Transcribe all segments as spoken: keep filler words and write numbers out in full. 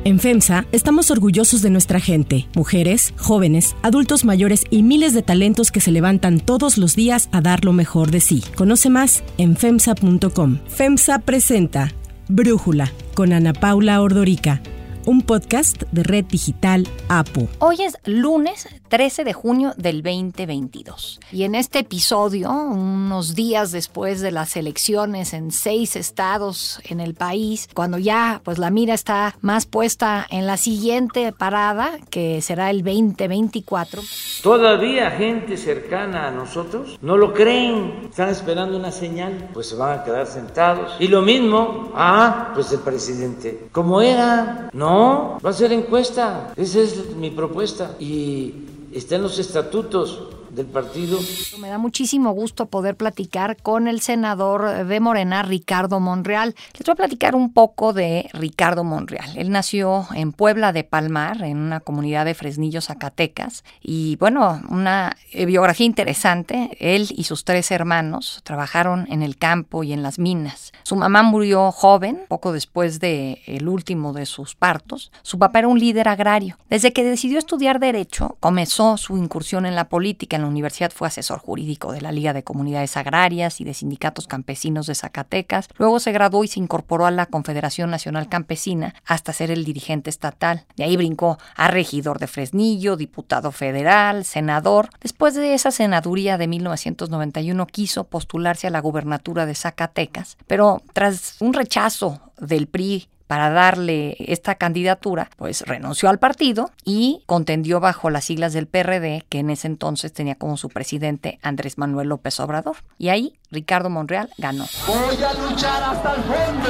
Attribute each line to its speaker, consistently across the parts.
Speaker 1: En FEMSA estamos orgullosos de nuestra gente, mujeres, jóvenes, adultos mayores y miles de talentos que se levantan todos los días a dar lo mejor de sí. Conoce más en femsa punto com. FEMSA presenta Brújula con Ana Paula Ordorica, un podcast de Red Digital APO.
Speaker 2: Hoy es lunes trece de junio del veinte veintidós y en este episodio, unos días después de las elecciones en seis estados en el país, cuando ya pues la mira está más puesta en la siguiente parada, que será el veinte veinticuatro.
Speaker 3: Todavía gente cercana a nosotros no lo creen, están esperando una señal, pues se van a quedar sentados. Y lo mismo, ah, pues el presidente, como era, no, va a ser encuesta, esa es mi propuesta y está en los estatutos del partido.
Speaker 2: Me da muchísimo gusto poder platicar con el senador de Morena, Ricardo Monreal. Les voy a platicar un poco de Ricardo Monreal. Él nació en Puebla de Palmar, en una comunidad de Fresnillo, Zacatecas. Y bueno, una biografía interesante. Él y sus tres hermanos trabajaron en el campo y en las minas. Su mamá murió joven, poco después del último de sus partos. Su papá era un líder agrario. Desde que decidió estudiar Derecho, comenzó su incursión en la política. En la universidad fue asesor jurídico de la Liga de Comunidades Agrarias y de Sindicatos Campesinos de Zacatecas. Luego se graduó y se incorporó a la Confederación Nacional Campesina hasta ser el dirigente estatal. De ahí brincó a regidor de Fresnillo, diputado federal, senador. Después de esa senaduría de mil novecientos noventa y uno quiso postularse a la gubernatura de Zacatecas, pero tras un rechazo del P R I para darle esta candidatura, pues renunció al partido y contendió bajo las siglas del P R D, que en ese entonces tenía como su presidente Andrés Manuel López Obrador. Y ahí Ricardo Monreal ganó.
Speaker 4: Voy a luchar hasta el fondo.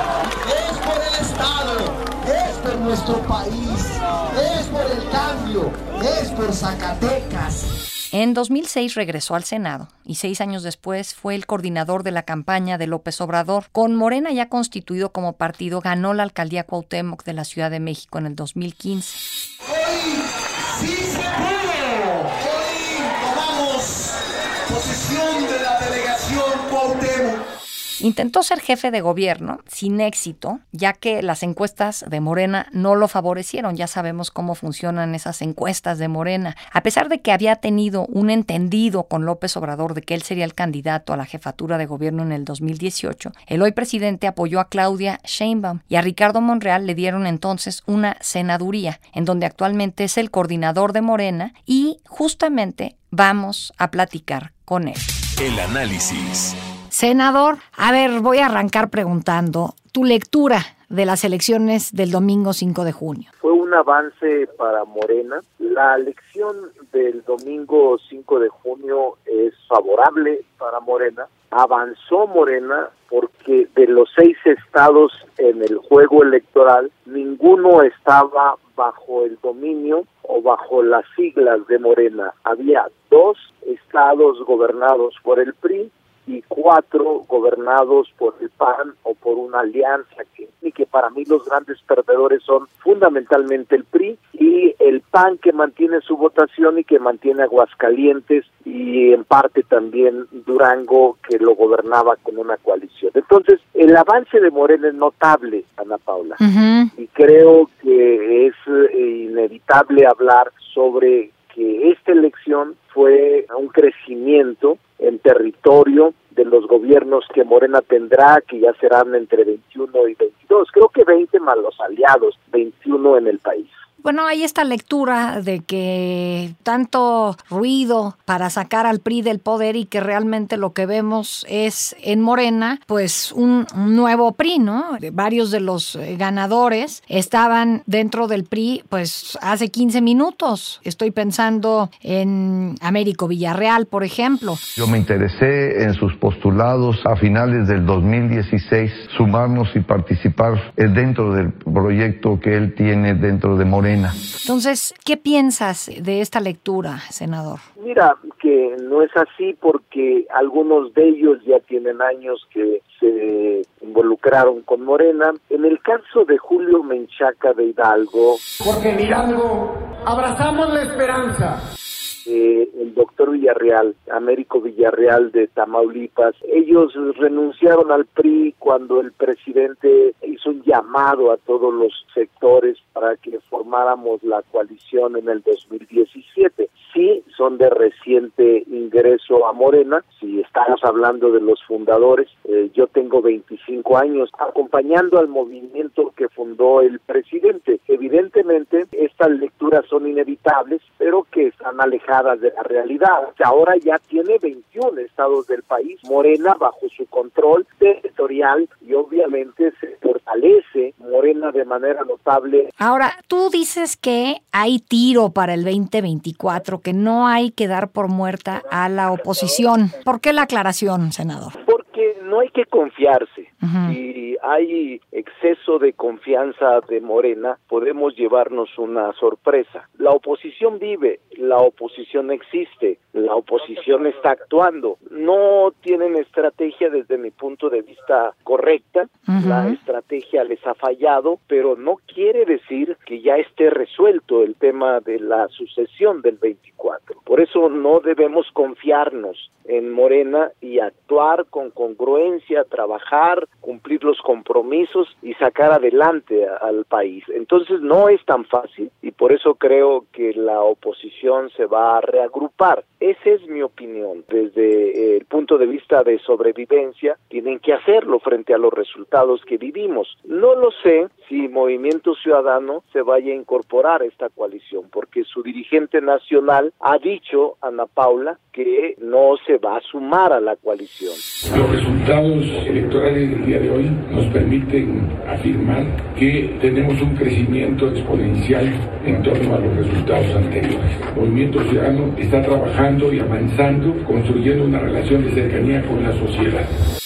Speaker 4: Es por el Estado, es por nuestro país, es por el cambio, es por Zacatecas.
Speaker 2: En dos mil seis regresó al Senado y seis años después fue el coordinador de la campaña de López Obrador. Con Morena ya constituido como partido, ganó la alcaldía Cuauhtémoc de la Ciudad de México en el dos mil quince.
Speaker 4: Hoy sí se puede. Hoy tomamos posesión de la delegación Cuauhtémoc.
Speaker 2: Intentó ser jefe de gobierno sin éxito, ya que las encuestas de Morena no lo favorecieron. Ya sabemos cómo funcionan esas encuestas de Morena. A pesar de que había tenido un entendido con López Obrador de que él sería el candidato a la jefatura de gobierno en el dos mil dieciocho, el hoy presidente apoyó a Claudia Sheinbaum y a Ricardo Monreal le dieron entonces una senaduría, en donde actualmente es el coordinador de Morena, y justamente vamos a platicar con él.
Speaker 5: El análisis.
Speaker 2: Senador, a ver, voy a arrancar preguntando tu lectura de las elecciones del domingo cinco de junio.
Speaker 6: Fue un avance para Morena. La elección del domingo cinco de junio es favorable para Morena. Avanzó Morena porque de los seis estados en el juego electoral, ninguno estaba bajo el dominio o bajo las siglas de Morena. Había dos estados gobernados por el P R I y cuatro gobernados por el P A N o por una alianza que, y que para mí los grandes perdedores son fundamentalmente el P R I y el P A N, que mantiene su votación y que mantiene Aguascalientes y en parte también Durango, que lo gobernaba con una coalición. Entonces, el avance de Morena es notable, Ana Paula, uh-huh. y creo que es eh, inevitable hablar sobre que esta elección fue un crecimiento en territorio de los gobiernos que Morena tendrá, que ya serán entre veintiuno y veintidós, creo que veinte más los aliados, veintiuno en el país.
Speaker 2: Bueno, hay esta lectura de que tanto ruido para sacar al P R I del poder y que realmente lo que vemos es en Morena, pues un, un nuevo P R I, ¿no? Varios de los ganadores estaban dentro del P R I, pues hace quince minutos. Estoy pensando en Américo Villarreal, por ejemplo.
Speaker 7: Yo me interesé en sus postulados a finales del dos mil dieciséis, sumarnos y participar dentro del proyecto que él tiene dentro de Morena.
Speaker 2: Entonces, ¿qué piensas de esta lectura, senador?
Speaker 6: Mira, que no es así porque algunos de ellos ya tienen años que se involucraron con Morena. En el caso de Julio Menchaca de Hidalgo...
Speaker 4: Porque en Hidalgo abrazamos la esperanza.
Speaker 6: Eh, el el doctor Villarreal, Américo Villarreal de Tamaulipas. Ellos renunciaron al P R I cuando el presidente hizo un llamado a todos los sectores para que formáramos la coalición en el dos mil diecisiete. Sí, son de reciente ingreso a Morena. Si estamos hablando de los fundadores, eh, yo tengo veinticinco años acompañando al movimiento que fundó el presidente. Evidentemente, estas lecturas son inevitables, pero que están alejadas de la realidad. Ahora ya tiene veintiún estados del país, Morena bajo su control territorial, y obviamente se fortalece Morena de manera notable.
Speaker 2: Ahora, tú dices que hay tiro para el veinte veinticuatro, que no hay que dar por muerta a la oposición. ¿Por qué la aclaración, senador?
Speaker 6: Porque no hay que confiarse.
Speaker 2: Uh-huh.
Speaker 6: Si hay exceso de confianza de Morena, podemos llevarnos una sorpresa. La oposición vive, la oposición existe, la oposición está actuando. No tienen estrategia desde mi punto de vista correcta, uh-huh. La estrategia les ha fallado, pero no quiere decir que ya esté resuelto el tema de la sucesión del veinticuatro. Por eso no debemos confiarnos en Morena y actuar con congruencia, trabajar, cumplir los compromisos y sacar adelante a, al país. Entonces no es tan fácil y por eso creo que la oposición se va a reagrupar. Esa es mi opinión. Desde el punto de vista de sobrevivencia, tienen que hacerlo frente a los resultados que vivimos. No lo sé si Movimiento Ciudadano se vaya a incorporar a esta coalición, porque su dirigente nacional ha dicho, Ana Paula, que no se va a sumar a la coalición.
Speaker 8: Los resultados electorales del día de hoy nos permiten afirmar que tenemos un crecimiento exponencial en torno a los resultados anteriores. El Movimiento Ciudadano está trabajando y avanzando, construyendo una relación de cercanía con la sociedad.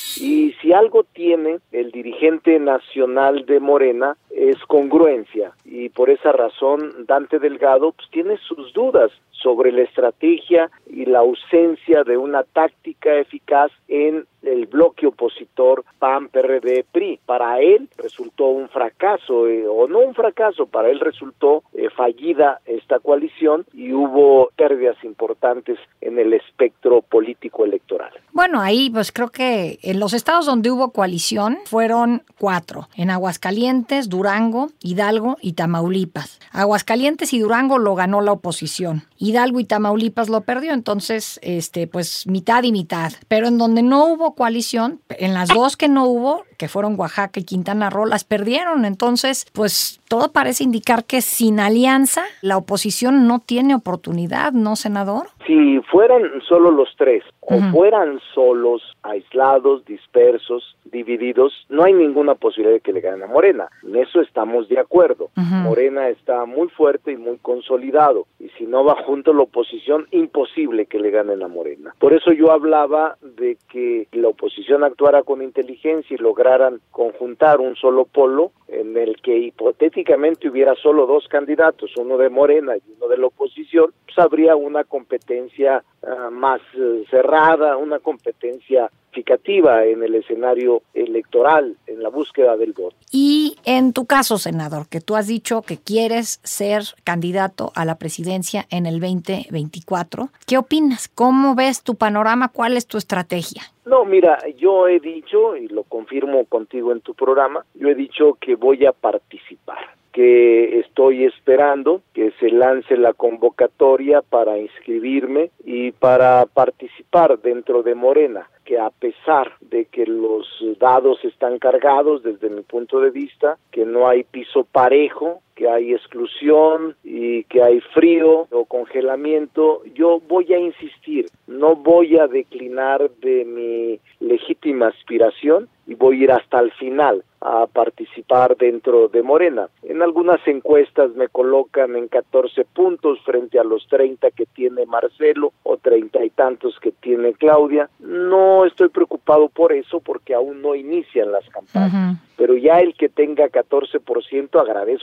Speaker 6: Y si algo tiene el dirigente nacional de Morena es congruencia, y por esa razón Dante Delgado pues, tiene sus dudas sobre la estrategia y la ausencia de una táctica eficaz en el bloque opositor P A N, P R D, P R I. Para él resultó un fracaso, eh, o no un fracaso, para él resultó eh, fallida esta coalición y hubo pérdidas importantes en el espectro político electoral.
Speaker 2: Bueno, ahí pues creo que en los estados donde hubo coalición fueron cuatro, en Aguascalientes, Durango, Hidalgo y Tamaulipas. Aguascalientes y Durango lo ganó la oposición. Hidalgo y Tamaulipas lo perdió, entonces, este, pues mitad y mitad. Pero en donde no hubo coalición, en las dos que no hubo, que fueron Oaxaca y Quintana Roo, las perdieron. Entonces, pues todo parece indicar que sin alianza la oposición no tiene oportunidad, ¿no, senador?
Speaker 6: Si fueran solo los tres, uh-huh. o fueran solos, aislados, dispersos, divididos, no hay ninguna posibilidad de que le ganen a Morena. En eso estamos de acuerdo. Uh-huh. Morena está muy fuerte y muy consolidado, y si no va junto la oposición, imposible que le ganen a Morena. Por eso yo hablaba de que la oposición actuara con inteligencia y lograran conjuntar un solo polo en el que hipotéticamente hubiera solo dos candidatos, uno de Morena y uno de la oposición, pues habría una competencia uh, más uh, cerrada, una competencia significativa en el escenario electoral, en la búsqueda del voto.
Speaker 2: Y en tu caso, senador, que tú has dicho que quieres ser candidato a la presidencia en el veinte veinticuatro, ¿qué opinas? ¿Cómo ves tu panorama? ¿Cuál es tu estrategia?
Speaker 6: No, mira, yo he dicho, y lo confirmo contigo en tu programa, yo he dicho que voy a participar, que estoy esperando que se lance la convocatoria para inscribirme y para participar dentro de Morena, que a pesar de que los dados están cargados desde mi punto de vista, que no hay piso parejo, que hay exclusión y que hay frío o congelamiento, yo voy a insistir, no voy a declinar de mi legítima aspiración y voy a ir hasta el final a participar dentro de Morena. En algunas encuestas me colocan en catorce puntos frente a los treinta que tiene Marcelo o treinta y tantos que tiene Claudia. No estoy preocupado por eso porque aún no inician las campañas. Uh-huh. Pero ya el que tenga catorce por ciento agradezco mucho.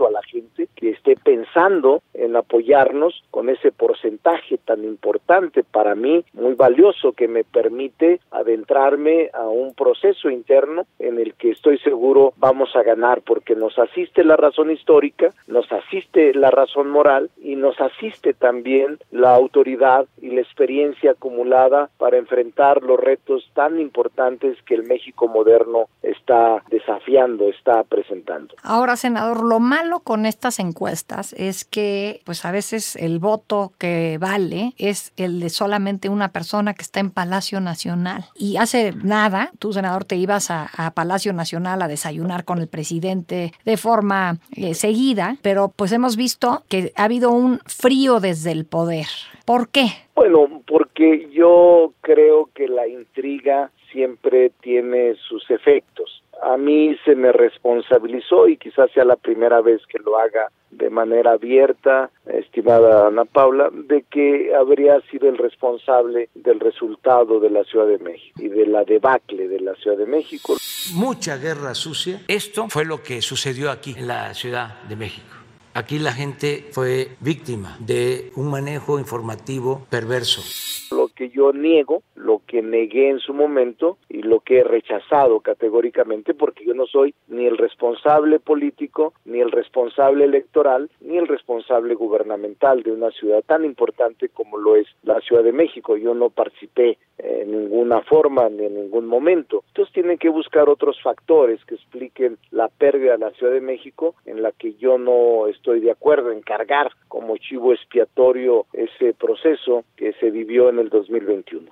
Speaker 6: mucho a la gente que esté pensando en apoyarnos con ese porcentaje tan importante para mí, muy valioso, que me permite adentrarme a un proceso interno en el que estoy seguro vamos a ganar, porque nos asiste la razón histórica, nos asiste la razón moral y nos asiste también la autoridad y la experiencia acumulada para enfrentar los retos tan importantes que el México moderno está desafiando, está presentando.
Speaker 2: Ahora, senador, lo malo con estas encuestas es que pues a veces el voto que vale es el de solamente una persona que está en Palacio Nacional. Y hace nada, tú, senador, te ibas a, a Palacio Nacional a desayunar con el presidente de forma eh, seguida, pero pues hemos visto que ha habido un frío desde el poder. ¿Por qué?
Speaker 6: Bueno, porque yo creo que la intriga siempre tiene sus efectos. A mí se me responsabilizó, y quizás sea la primera vez que lo haga de manera abierta, estimada Ana Paula, de que habría sido el responsable del resultado de la Ciudad de México y de la debacle de la Ciudad de México.
Speaker 3: Mucha guerra sucia. Esto fue lo que sucedió aquí en la Ciudad de México. Aquí la gente fue víctima de un manejo informativo perverso.
Speaker 6: Lo que yo niego, lo que negué en su momento y lo que he rechazado categóricamente, porque yo no soy ni el responsable político, ni el responsable electoral, ni el responsable gubernamental de una ciudad tan importante como lo es la Ciudad de México. Yo no participé en ninguna forma ni en ningún momento. Entonces tienen que buscar otros factores que expliquen la pérdida de la Ciudad de México, en la que yo no estoy de acuerdo en cargar como chivo expiatorio ese proceso que se vivió en el dos mil veintiuno.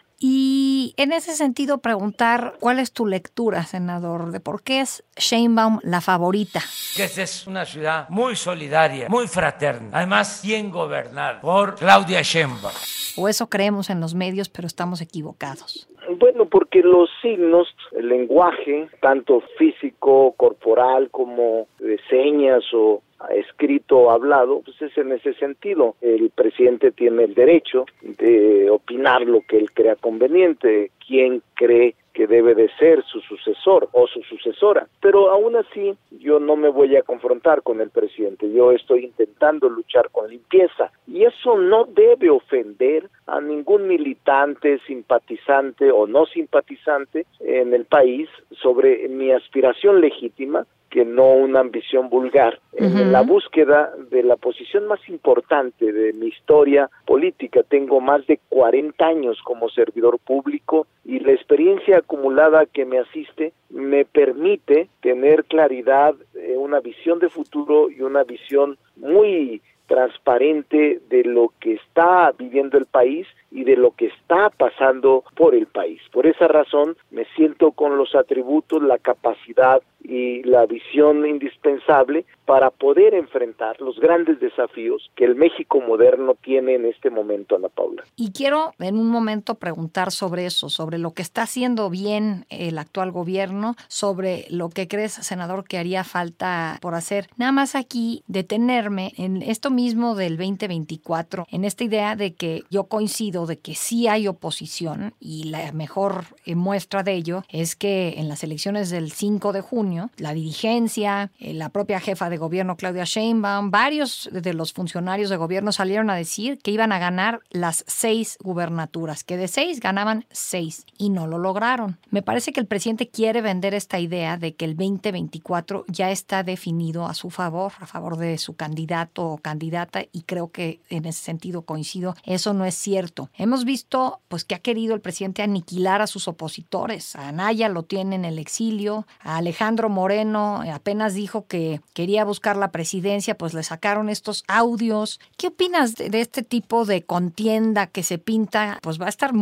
Speaker 2: Y en ese sentido preguntar, ¿cuál es tu lectura, senador, de por qué es Sheinbaum la favorita?
Speaker 3: Que esta es una ciudad muy solidaria, muy fraterna, además bien gobernada por Claudia Sheinbaum.
Speaker 2: O eso creemos en los medios, pero estamos equivocados.
Speaker 6: Bueno, porque los signos, el lenguaje, tanto físico, corporal, como de señas o escrito o hablado, pues es en ese sentido. El presidente tiene el derecho de opinar lo que él crea conveniente, quién cree que debe de ser su sucesor o su sucesora. Pero aún así, yo no me voy a confrontar con el presidente. Yo estoy intentando luchar con limpieza. Y eso no debe ofender a ningún militante, simpatizante o no simpatizante en el país sobre mi aspiración legítima, que no una ambición vulgar, uh-huh. en la búsqueda de la posición más importante de mi historia política. Tengo más de cuarenta años como servidor público y la experiencia acumulada que me asiste me permite tener claridad, eh, una visión de futuro y una visión muy transparente de lo que está viviendo el país y de lo que está pasando por el país. Por esa razón me siento con los atributos, la capacidad y la visión indispensable para poder enfrentar los grandes desafíos que el México moderno tiene en este momento, Ana Paula.
Speaker 2: Y quiero en un momento preguntar sobre eso, sobre lo que está haciendo bien el actual gobierno, sobre lo que crees, senador, que haría falta por hacer. Nada más aquí detenerme en esto mismo del veinte veinticuatro, en esta idea de que yo coincido de que sí hay oposición, y la mejor muestra de ello es que en las elecciones del cinco de junio, la dirigencia, la propia jefa de gobierno Claudia Sheinbaum, varios de los funcionarios de gobierno salieron a decir que iban a ganar las seis gubernaturas, que de seis ganaban seis, y no lo lograron. Me parece que el presidente quiere vender esta idea de que el veinte veinticuatro ya está definido a su favor, a favor de su candidato o candidata, y creo que en ese sentido coincido, eso no es cierto. Hemos visto pues que ha querido el presidente aniquilar a sus opositores. A Anaya lo tiene en el exilio, a Alejandro Moreno apenas dijo que quería buscar la presidencia, pues le sacaron estos audios. ¿Qué opinas de, de este tipo de contienda que se pinta? Pues va a estar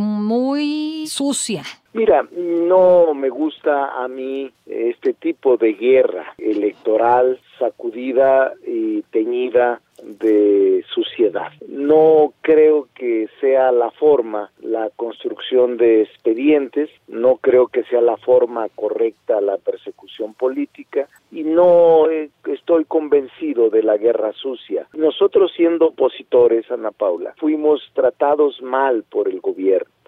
Speaker 2: muy sucia.
Speaker 6: Mira, no me gusta a mí este tipo de guerra electoral sacudida y teñida de suciedad. No creo que sea la forma la construcción de expedientes, no creo que sea la forma correcta la persecución política, y no eh, estoy convencido de la guerra sucia. Nosotros, siendo opositores, Ana Paula, fuimos tratados mal por el gobierno.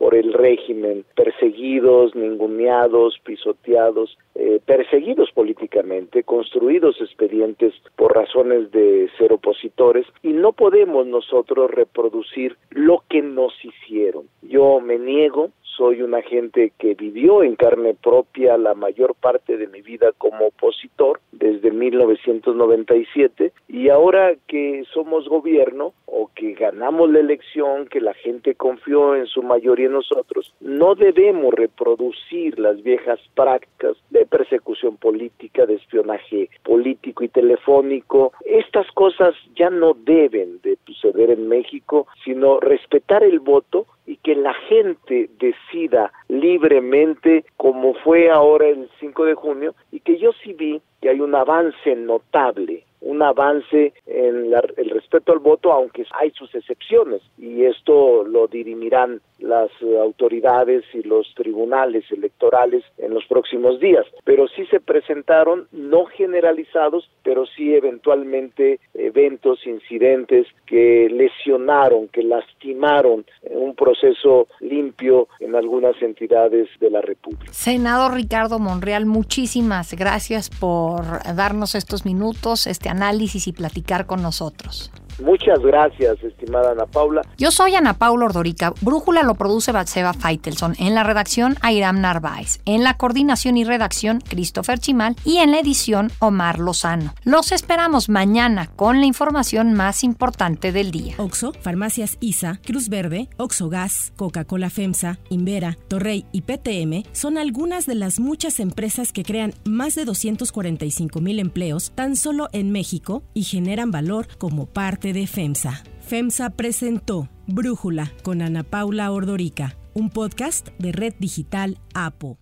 Speaker 6: por el régimen, perseguidos, ninguneados, pisoteados, eh, perseguidos políticamente, construidos expedientes por razones de ser opositores, y no podemos nosotros reproducir lo que nos hicieron. Yo me niego. Soy una gente que vivió en carne propia la mayor parte de mi vida como opositor desde mil novecientos noventa y siete, y ahora que somos gobierno o que ganamos la elección, que la gente confió en su mayoría en nosotros, no debemos reproducir las viejas prácticas de persecución política, de espionaje político y telefónico. Estas cosas ya no deben de suceder en México, sino respetar el voto y que la gente decida libremente, como fue ahora el cinco de junio, y que yo sí vi que hay un avance notable, un avance en la, el respeto al voto, aunque hay sus excepciones, y esto lo dirimirán las autoridades y los tribunales electorales en los próximos días, pero sí se presentaron, no generalizados, pero sí eventualmente eventos, incidentes que lesionaron, que lastimaron un proceso limpio en algunas entidades de la República.
Speaker 2: Senador Ricardo Monreal, muchísimas gracias por darnos estos minutos, este análisis y platicar con nosotros.
Speaker 6: Muchas gracias, estimada Ana Paula.
Speaker 2: Yo soy Ana Paula Ordorica. Brújula lo produce Batseba Feitelson. En la redacción, Airam Narváez. En la coordinación y redacción, Christopher Chimal. Y en la edición, Omar Lozano. Los esperamos mañana con la información más importante del día.
Speaker 1: Oxxo, Farmacias I S A, Cruz Verde, Oxxo Gas, Coca-Cola FEMSA, Invera, Torrey y P T M son algunas de las muchas empresas que crean más de doscientos cuarenta y cinco mil empleos tan solo en México y generan valor como parte de FEMSA. FEMSA presentó Brújula con Ana Paula Ordorica, un podcast de Red Digital APO.